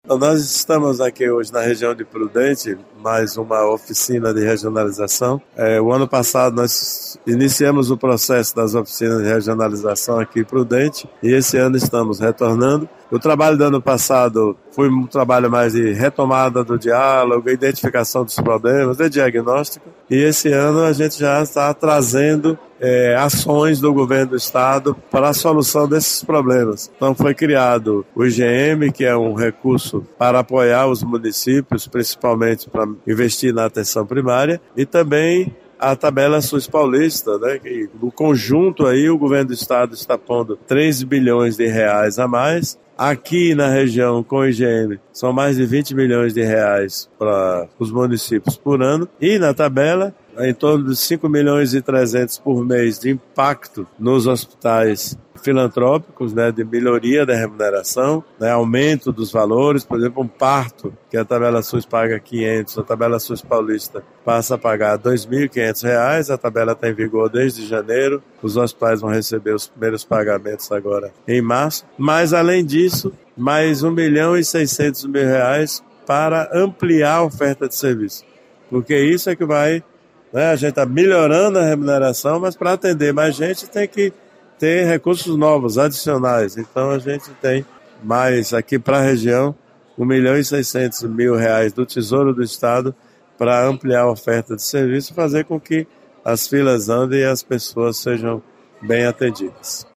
Então, nós estamos aqui hoje na região de Prudente, mais uma oficina de regionalização. O ano passado nós iniciamos o processo das oficinas de regionalização aqui em Prudente e esse ano estamos retornando. O trabalho do ano passado foi um trabalho mais de retomada do diálogo, identificação dos problemas, de diagnóstico. E esse ano a gente já está trazendo ações do governo do estado para a solução desses problemas. Então foi criado o IGM, que é um recurso para apoiar os municípios, principalmente para investir na atenção primária, e também a tabela SUS paulista, né, que no conjunto aí o governo do estado está pondo 3 bilhões de reais a mais. Aqui na região com o IGM são mais de 20 milhões de reais para os municípios por ano. E na tabela, em torno de 5 milhões e 300 por mês de impacto nos hospitais filantrópicos, né, de melhoria da remuneração, né, aumento dos valores. Por exemplo, um parto, que a tabela SUS paga 500, a tabela SUS paulista passa a pagar R$ 2.500, a tabela está em vigor desde janeiro, os hospitais vão receber os primeiros pagamentos agora em março, mas além disso, mais R$ 1.600.000 para ampliar a oferta de serviço, porque isso é que vai, né, a gente está melhorando a remuneração, mas para atender mais gente tem que ter recursos novos, adicionais. Então a gente tem mais aqui para a região R$ 1.600.000 do Tesouro do Estado para ampliar a oferta de serviço e fazer com que as filas andem e as pessoas sejam bem atendidas.